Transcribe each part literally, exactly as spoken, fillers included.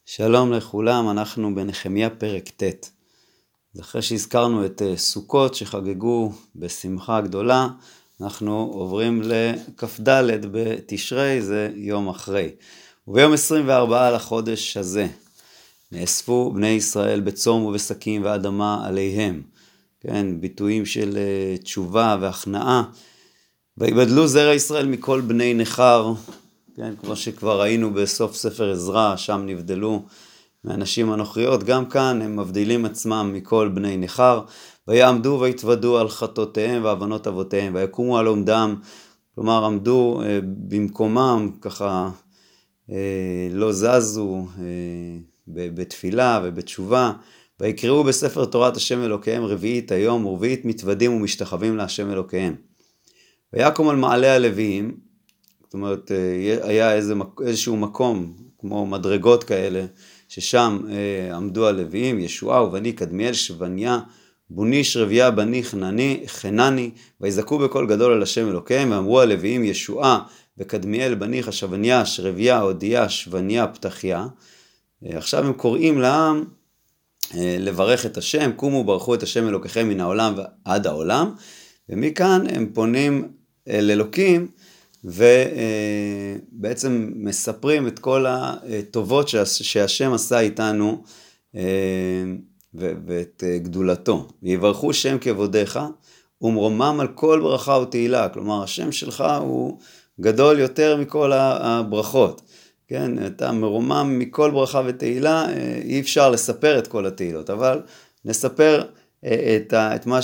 שלום לכולם, אנחנו בנחמיה פרק ט'. אחרי שהזכרנו את סוכות שחגגו בשמחה גדולה, אנחנו עוברים לכ"ד בתשרי, זה יום אחרי. וביום עשרים וארבעה לחודש הזה נאספו בני ישראל בצום ובשקים ואדמה עליהם. כן, ביטויים של תשובה והכנעה. ויבדלו זרע ישראל מכל בני נחר, כן, כמו שכבר ראינו בסוף ספר עזרא, שם נבדלו מאנשים הנוכריות, גם כאן הם מבדילים עצמם מכל בני נחר, ויעמדו ויתוודו על חטאותיהם ועוונות אבותיהם, ויקומו על עומדם, כלומר עמדו אה, במקומם, ככה אה, לא זזו אה, בתפילה ובתשובה, ויקראו בספר תורת השם אלוקיהם רביעית היום, ורביעית מתוודים ומשתחווים להשם אלוקיהם. ויקום על מעלה הלוויים, זאת אומרת, היה איזה, איזשהו מקום, כמו מדרגות כאלה, ששם אה, עמדו הלוויים, ישועה ובני קדמיאל שבניה, בוני שרביה בני חנני, חנני, ויזעקו בקול גדול על השם אלוקיהם, ואמרו הלוויים ישועה וקדמיאל בני חשבניה, שרביה, הודיה, שבניה, פתחיה. אה, עכשיו הם קוראים לעם אה, לברך את השם, קומו ברכו את השם אלוקיכם מן העולם עד העולם, ומכאן הם פונים אל אלוקים, ובעצם מספרים את כל הטובות שהשם עשה איתנו ואת גדולתו. ויברכו שם כבודיך ומרומם על כל ברכה ותהילה. כלומר, השם שלך הוא גדול יותר מכל הברכות. כן, אתה מרומם מכל ברכה ותהילה, אי אפשר לספר את כל התהילות, אבל נספר את, את מה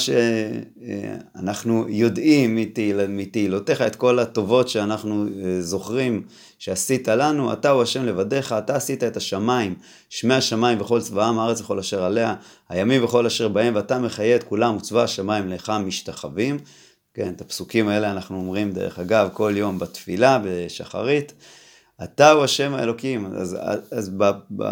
שאנחנו יודעים מתהיל, מתהילותיך, את כל הטובות שאנחנו זוכרים שעשית לנו. אתה הוא השם לבדיך, אתה עשית את השמיים, שמי השמיים וכל צבאם, הארץ וכל אשר עליה, הימים וכל אשר בהם, ואתה מחיה את כולם וצבא השמיים לך משתחווים. כן, את הפסוקים האלה אנחנו אומרים דרך אגב כל יום בתפילה, בשחרית. אתה הוא השם האלוקים. אז, אז ב... ב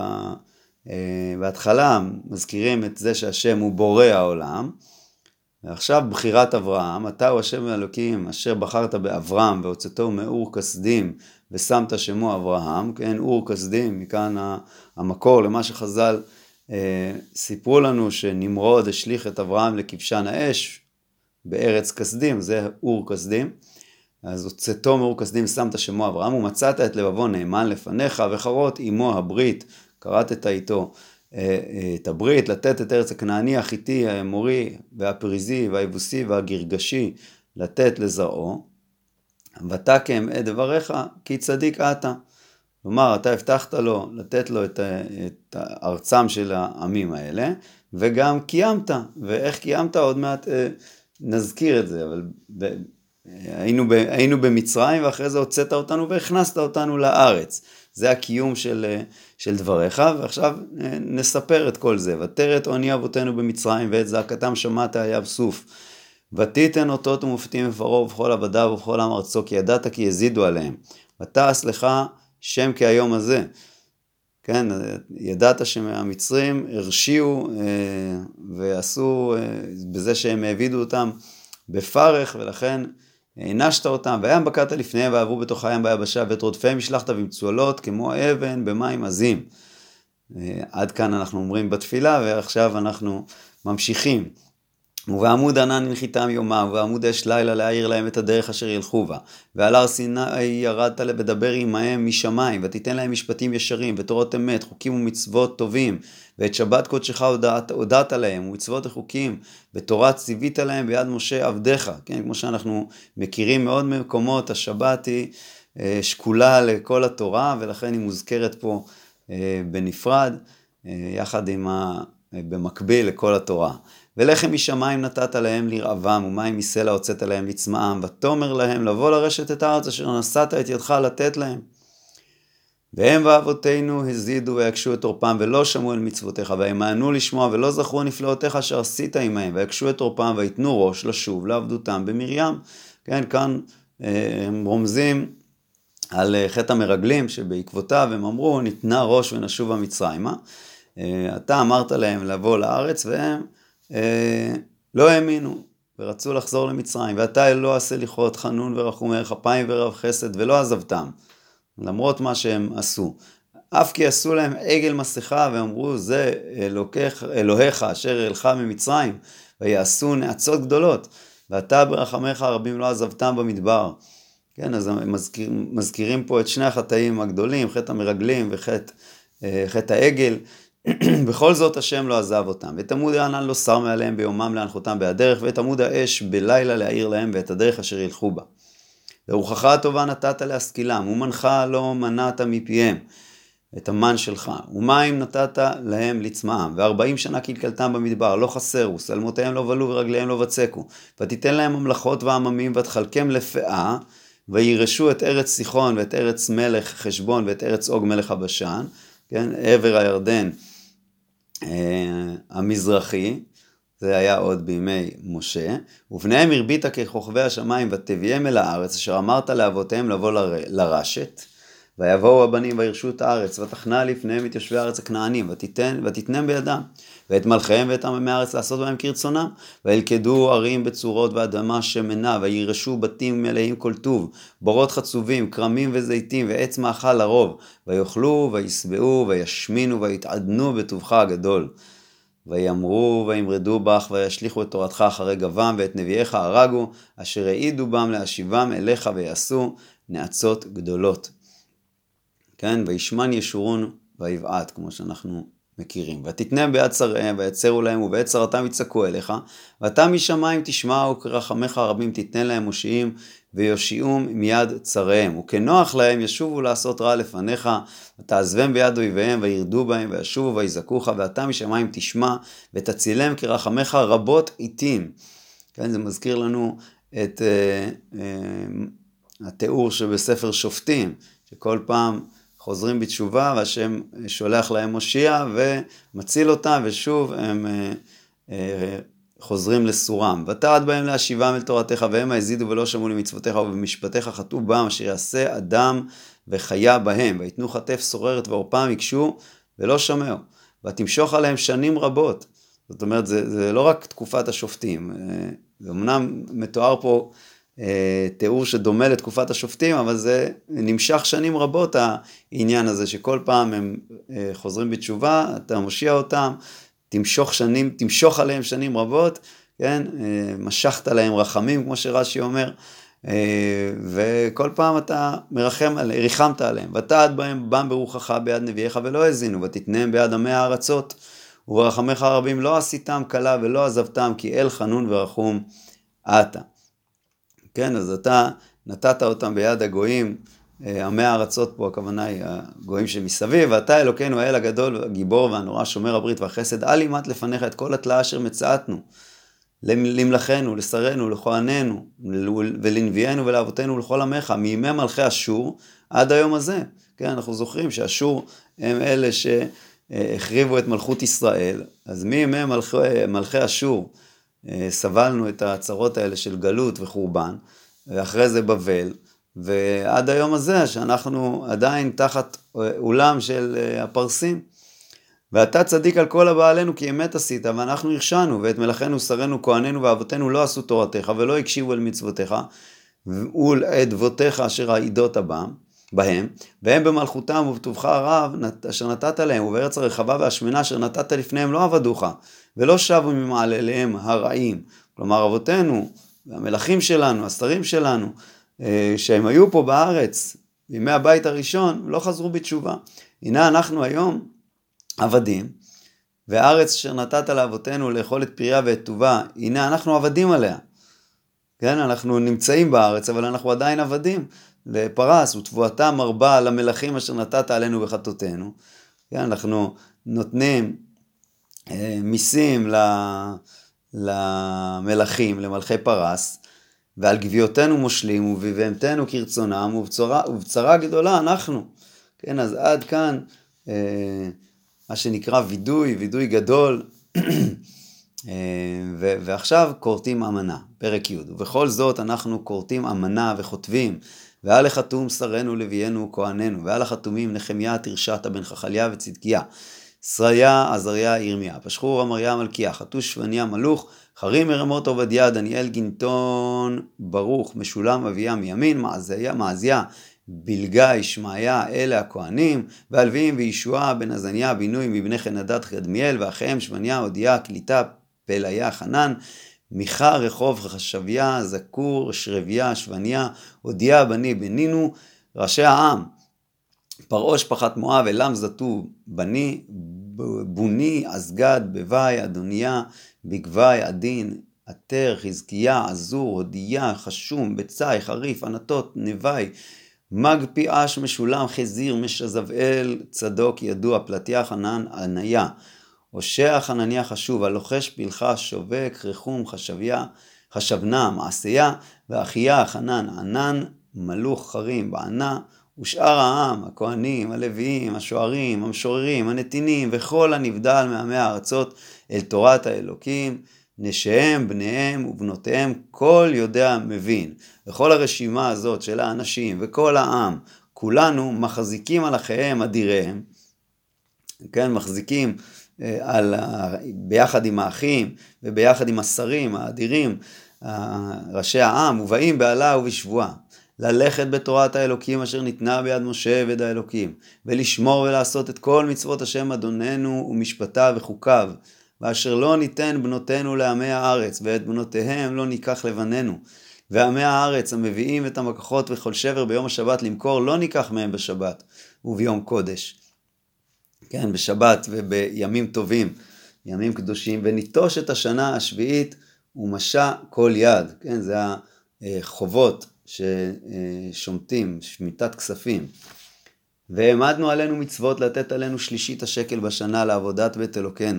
בהתחלה מזכירים את זה שהשם הוא בורא העולם, ועכשיו בחירת אברהם, אתה הוא השם האלוקים אשר בחרת באברהם והוצאתו מאור כסדים ושמת שמו אברהם, כן, אור כסדים, מכאן המקור למה שחז"ל אה, סיפרו לנו שנמרוד השליך את אברהם לכבשן האש בארץ כסדים, זה אור כסדים. אז הוצאתו מאור כסדים שמת שמו אברהם, ומצאת את לבבו נאמן לפניך וחרות עמו הברית, קראתת איתו את הברית, לתת את ארץ הכנעני, החיתי, האמורי והפריזי והיבוסי והגרגשי, לתת לזרעו, ותקם את דבריך כי צדיק אתה. כלומר, אתה הבטחת לו לתת לו את, את ארצם של העמים האלה, וגם קיימת, ואיך קיימת עוד מעט נזכיר את זה, אבל ב, היינו, ב, היינו במצרים, ואחרי זה הוצאת אותנו והכנסת אותנו לארץ. זה הקיום של, של דבריך, ועכשיו נספר את כל זה. ותרת עוני אבותינו במצרים, ואת זעקתם שמעת היה בסוף. ותיתן אותות ומופתים בפרעה ובכל עבדיו ובכל עם ארצו, כי ידעת כי יזידו עליהם. ותעש לך שם כהיום הזה. כן, ידעת שהמצרים הרשיעו ועשו בזה שהם העבידו אותם בפרך, ולכן הענשת אותם, והים בקעת לפניהם ועברו בתוך הים ביבשה, ואת רודפיהם השלחת במצולות כמו אבן במים עזים. עד כאן אנחנו אומרים בתפילה, ועכשיו אנחנו ממשיכים. ובעמוד ענן הנחיתם יומם, ובעמוד אש לילה להאיר להם את הדרך אשר ילכו בה. ועל הר סיני ירדת לדבר עמהם משמיים, ותיתן להם משפטים ישרים, ותורות אמת, חוקים ומצוות טובים, ואת שבת קודשך הודעת, הודעת להם, ומצוות וחוקים, ותורה ציווית להם ביד משה עבדך. כן, כמו שאנחנו מכירים מאוד מקומות, השבת היא אה, שקולה לכל התורה, ולכן היא מוזכרת פה אה, בנפרד, אה, יחד עם ה... במקביל לכל התורה. ולחם משמיים נתת להם לרעבם, ומים מסלע הוצאת להם לצמאם, ותאמר להם לבוא לרשת את הארץ אשר נשאת את ידך לתת להם. והם ואבותינו הזידו ויקשו את עורפם, ולא שמעו אל מצוותיך, וימאנו לשמוע, ולא זכרו נפלאותיך אשר עשית עמהם, ויקשו את עורפם, ויתנו ראש לשוב לעבדותם במרים. כן, כאן הם רומזים על חטא המרגלים, שבעקבותיו הם אמרו, ניתנה ראש ונשובה מצרימה. אתה אמרת להם לבוא לארץ, והם לא האמינו, ורצו לחזור למצרים. ואתה לא עשה לכרות חנון ורחום, חפיים ורב חסד, ולא עזבתם, למרות מה שהם עשו. אף כי עשו להם עגל מסכה ואמרו זה אלוקיך, אלוהיך אשר אלך ממצרים, ויעשו נאצות גדולות, ואתה ברחמך הרבים לא עזבתם במדבר. כן, אז מזכיר, מזכירים פה את שני החטאים הגדולים, חטא המרגלים וחטא חטא העגל. בכל זאת השם לא עזב אותם, ואת עמוד הענן לא שר מעליהם ביומם להנחותם בהדרך, ואת עמוד האש בלילה להאיר להם, ואת הדרך אשר ילכו בה. ורוחך הטובה נתת להשכילם, ומנך לא מנעת מפיהם את המן שלך, ומים נתת להם לצמאם, וארבעים שנה קלקלתם במדבר, לא חסרו, שלמותיהם לא בלו ורגליהם לא בצקו, ותיתן להם ממלכות ועממים, ותחלקם לפאה, וירשו את ארץ סיחון, ואת ארץ מלך חשבון, ואת ארץ אוג מלך הבשן, כן, עבר הירדן אה, המזרחי, זה היה עוד בימי משה, ובניהם הרביתה ככוכבי השמיים, ותביאם אל הארץ, אשר אמרת לאבותיהם לבוא ל, לרשת, ויבואו הבנים וירשו את הארץ, ותכנה לפניהם את יושבי הארץ הכנענים, ותיתן, ותתנם בידם, ואת מלכיהם ואת עממי הארץ לעשות בהם כרצונם, וילכדו ערים בצורות ואדמה שמנה, וירשו בתים מלאים כל טוב, בורות חצובים, קרמים וזיתים, ועץ מאכל לרוב, ויאכלו וישבעו וישמינו ויתעדנו בטובך הגדול. ויאמרו וימרדו בך וישליחו את תורתך אחרי גבם, ואת נביאיך הרגו, אשר העידו בם להשיבם אליך ויעשו נאצות גדולות. כן, וישמן ישורון ויבעט, כמו שאנחנו מכירים. ותתנם ביד צריהם ויצרו להם, ובעת צרתם יצעקו אליך, ואתה משמיים תשמעו כרחמך הרבים תתנן להם מושיעים, ויושיעום מיד צריהם. וכנוח להם ישובו לעשות רע לפניך, ותעזבם ביד אויביהם, וירדו בהם, וישובו ויזעקוך, ואתה משמיים תשמע, ותצילם כרחמך רבות עיתים. כן, זה מזכיר לנו את uh, uh, התיאור שבספר שופטים, שכל פעם חוזרים בתשובה, והשם שולח להם מושיע ומציל אותם, ושוב הם אה, אה, חוזרים לסורם. ותעד בהם להשיבם אל תורתך, והם הזידו ולא שמעו למצוותיך, ובמשפטיך חטאו בם, אשר יעשה אדם וחיה בהם, ויתנו חטף סוררת ועורפם יקשו ולא שמעו, ותמשוך עליהם שנים רבות. זאת אומרת, זה, זה לא רק תקופת השופטים, זה אמנם מתואר פה תיאור שדומה לתקופת השופטים, אבל זה נמשך שנים רבות העניין הזה, שכל פעם הם חוזרים בתשובה, אתה מושיע אותם, תמשוך שנים, תמשוך עליהם שנים רבות, כן, משכת עליהם רחמים, כמו שרש"י אומר, וכל פעם אתה מרחם עליהם, ריחמת עליהם, ותעד בהם בם ברוחך ביד נביאיך ולא הזינו, ותתנם ביד עמי הארצות, וברחמך הרבים לא עשיתם קלה ולא עזבתם, כי אל חנון ורחום אתה. כן, אז אתה נתת אותם ביד הגויים, עמי הארצות פה, הכוונה היא הגויים שמסביב, ואתה אלוקינו האל הגדול, הגיבור והנורא, שומר הברית והחסד, אל ימעט לפניך את כל התלאה אשר מצאתנו, למלכנו, לשרנו, לכהננו, ולנביאנו ולאבותינו ולכל עמך, מימי מלכי אשור עד היום הזה. כן, אנחנו זוכרים שאשור הם אלה שהחריבו את מלכות ישראל, אז מימי מלכי, מלכי אשור, סבלנו את הצרות האלה של גלות וחורבן, ואחרי זה בבל, ועד היום הזה שאנחנו עדיין תחת אולם של הפרסים. ואתה צדיק על כל הבעלינו כי אמת עשית, ואנחנו הרשענו, ואת מלכנו, שרנו, כהננו ואבותינו לא עשו תורתך, ולא הקשיבו אל מצוותיך, ולעדבותיך אשר העידות בהם, והם במלכותם ובטובך הרב אשר נתת להם, ובארץ הרחבה והשמנה אשר נתת לפניהם לא עבדוך, ולא שבו ממעלליהם הרעים. כלומר, אבותינו, והמלכים שלנו, השרים שלנו, שהם היו פה בארץ, בימי הבית הראשון, לא חזרו בתשובה. הנה אנחנו היום עבדים, והארץ אשר נתת לאבותינו לאכול את פריה ואת טובה, הנה אנחנו עבדים עליה. כן, אנחנו נמצאים בארץ, אבל אנחנו עדיין עבדים לפרס, ותבואתה מרבה למלכים אשר נתת עלינו בחטאותינו. כן, אנחנו נותנים אה, מיסים למלכים, למלכי פרס, ועל גביעותינו מושלים, ובבהמתנו כרצונם, ובצרה, ובצרה גדולה אנחנו. כן, אז עד כאן אה, מה שנקרא וידוי, וידוי גדול, ו- ועכשיו קורטים אמנה, פרק י', ובכל זאת אנחנו קורטים אמנה וחוטבים, ועל החתום שרנו לווינו כהננו, ועל החתומים נחמיה תרשת בן חכליה וצדקיה, שריה עזריה ירמיה, פשחור אמריה מלכיה, חתוש שבניה מלוך, חרים מרמות עובדיה, דניאל גינטון ברוך, משולם אביה מימין, מעזיה, מעזיה בלגי, שמעיה, אלה הכהנים, והלוויים וישועה בן עזניה, בינוי מבני חנדד קדמיאל, ואחיהם שבניה, הודיה, קליטה, פליה, חנן, מיכה, רחוב, חשביה, זקור, שרביה, שבניה, הודיה, בני, בנינו, ראשי העם, פרעוש, פחת מואב, אלם זתו, בני, בוני, אסגד, בוואי, אדוניה, בגוואי, עדין, עטר, חזקיה, עזור, הודיה, חשום, בצי, חריף, ענתות, נוואי, מגפי, אש, משולם, חזיר, משזבאל, צדוק, ידוע, פלטיה, חנן, עניה, הושע, חנניה, חשוב, הלוחש, פלחה, שובק, רחום, חשביה, חשבנה, מעשיה, ואחיה, חנן, ענן, מלוך, חרים, בענה, ושאר העם, הכהנים, הלוויים, השוערים, המשוררים, הנתינים, וכל הנבדל מעמי הארצות אל תורת האלוקים, נשיהם, בניהם ובנותיהם, כל יודע מבין. וכל הרשימה הזאת של האנשים וכל העם, כולנו מחזיקים על אחיהם אדיריהם, כן, מחזיקים על, ביחד עם האחים וביחד עם השרים האדירים, ראשי העם, ובאים בעלה ובשבועה. ללכת בתורת האלוקים אשר ניתנה ביד משה ועד האלוקים, ולשמור ולעשות את כל מצוות השם אדוננו ומשפטיו וחוקיו, ואשר לא ניתן בנותינו לעמי הארץ, ואת בנותיהם לא ניקח לבנינו. ועמי הארץ המביאים את המקחות וכל שבר ביום השבת למכור, לא ניקח מהם בשבת וביום קודש. כן, בשבת ובימים טובים, ימים קדושים, וניטוש את השנה השביעית ומשע כל יד. כן, זה החובות ששומטים, שמיטת כספים. והעמדנו עלינו מצוות לתת עלינו שלישית השקל בשנה לעבודת בית אלוקינו,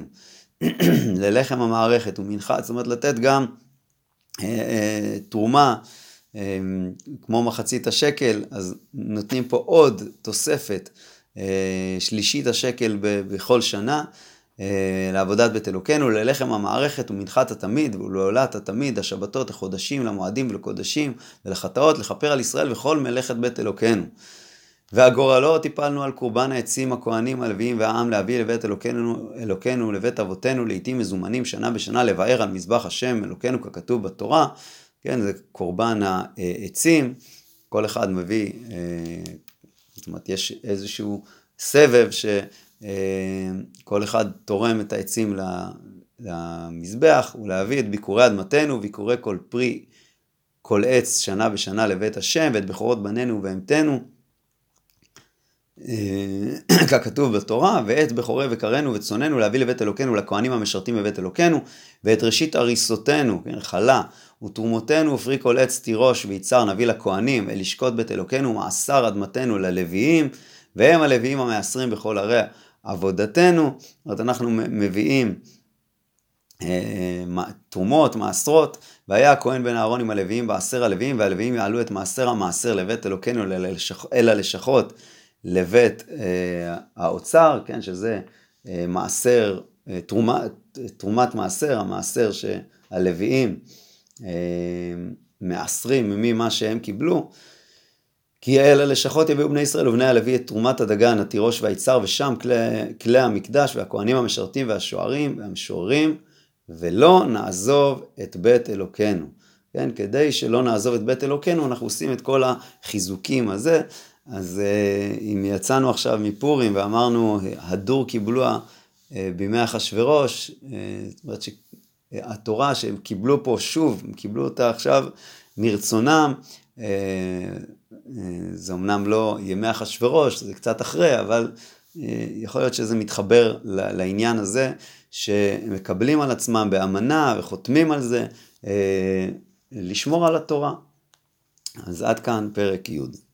ללחם המערכת ומנחה, זאת אומרת לתת גם אה, אה, תרומה, אה, כמו מחצית השקל, אז נותנים פה עוד תוספת, אה, שלישית השקל ב- בכל שנה, לעבודת בית אלוקינו, ללחם המערכת ומנחת התמיד ולעולת התמיד, השבתות, החודשים, למועדים ולקודשים ולחטאות, לכפר על ישראל וכל מלאכת בית אלוקינו. והגורלות טיפלנו על קורבן העצים, הכהנים, הלוויים והעם, להביא לבית אלוקינו, אלוקינו לבית אבותינו, לעתים מזומנים שנה בשנה, לבאר על מזבח השם אלוקינו ככתוב בתורה. כן, זה קורבן העצים, כל אחד מביא, זאת אומרת, יש איזשהו סבב ש... כל אחד תורם את העצים למזבח, ולהביא את ביקורי אדמתנו, ביקורי כל פרי, כל עץ שנה בשנה לבית השם, ואת בכורות בנינו ובהמתנו, ככתוב בתורה, ואת בכורי וקרנו וצוננו, להביא לבית אלוקינו, לכהנים המשרתים בבית אלוקינו, ואת ראשית הריסותנו, כן, חלה, ותרומותינו ופרי כל עץ תירוש ויצר נביא לכהנים, אל לשקות בית אלוקינו, מעשר אדמתנו ללוויים, והם הלוויים המעשרים בכל ערי עבודתנו. זאת אומרת, אנחנו מביאים אה, תרומות, מעשרות, והיה הכהן בן אהרון עם הלוויים בעשר הלוויים, והלוויים יעלו את מעשר המעשר לבית אלוקינו אל הלשכות לבית אה, האוצר, כן, שזה אה, מעשר, אה, תרומה, תרומת מעשר, המעשר שהלוויים אה, מעשרים ממה שהם קיבלו, כי אל הלשכות יביאו בני ישראל ובני הלוי את תרומת הדגן, התירוש והיצר, ושם כלי, כלי המקדש והכהנים המשרתים והשוערים והמשוררים, ולא נעזוב את בית אלוקינו. כן, כדי שלא נעזוב את בית אלוקינו, אנחנו עושים את כל החיזוקים הזה. אז אם יצאנו עכשיו מפורים ואמרנו, הדור קיבלוה בימי אחשוורוש, זאת אומרת שהתורה שהם קיבלו פה שוב, הם קיבלו אותה עכשיו מרצונם, זה אמנם לא ימי אחשוורוש, זה קצת אחרי, אבל יכול להיות שזה מתחבר לעניין הזה, שמקבלים על עצמם באמנה וחותמים על זה, לשמור על התורה. אז עד כאן פרק י'.